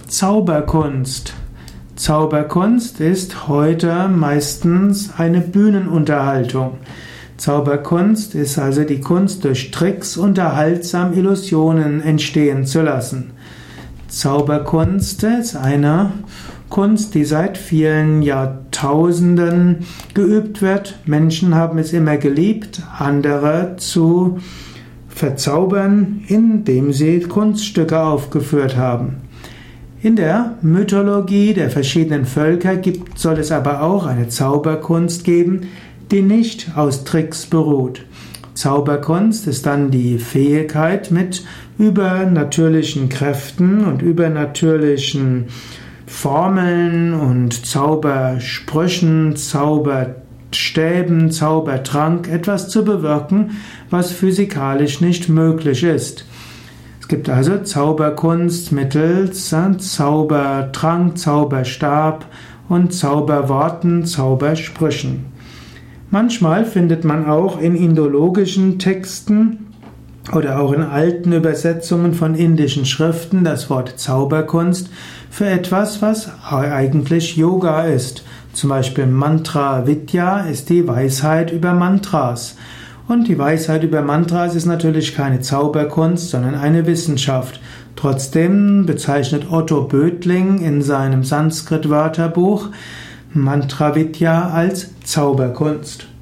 Zauberkunst. Zauberkunst ist heute meistens eine Bühnenunterhaltung. Zauberkunst ist also die Kunst, durch Tricks unterhaltsam Illusionen entstehen zu lassen. Zauberkunst ist eine Kunst, die seit vielen Jahrtausenden geübt wird. Menschen haben es immer geliebt, andere zu verzaubern, indem sie Kunststücke aufgeführt haben. In der Mythologie der verschiedenen Völker soll es aber auch eine Zauberkunst geben, die nicht aus Tricks beruht. Zauberkunst ist dann die Fähigkeit, mit übernatürlichen Kräften und übernatürlichen Formeln und Zaubersprüchen, Zauberstäben, Zaubertrank etwas zu bewirken, was physikalisch nicht möglich ist. Es gibt also Zauberkunst mittels Zaubertrank, Zauberstab und Zauberworten, Zaubersprüchen. Manchmal findet man auch in indologischen Texten oder auch in alten Übersetzungen von indischen Schriften das Wort Zauberkunst für etwas, was eigentlich Yoga ist. Zum Beispiel Mantra Vidya ist die Weisheit über Mantras. Und die Weisheit über Mantras ist natürlich keine Zauberkunst, sondern eine Wissenschaft. Trotzdem bezeichnet Otto Bödling in seinem Sanskrit-Wörterbuch Mantra Vidya als Zauberkunst.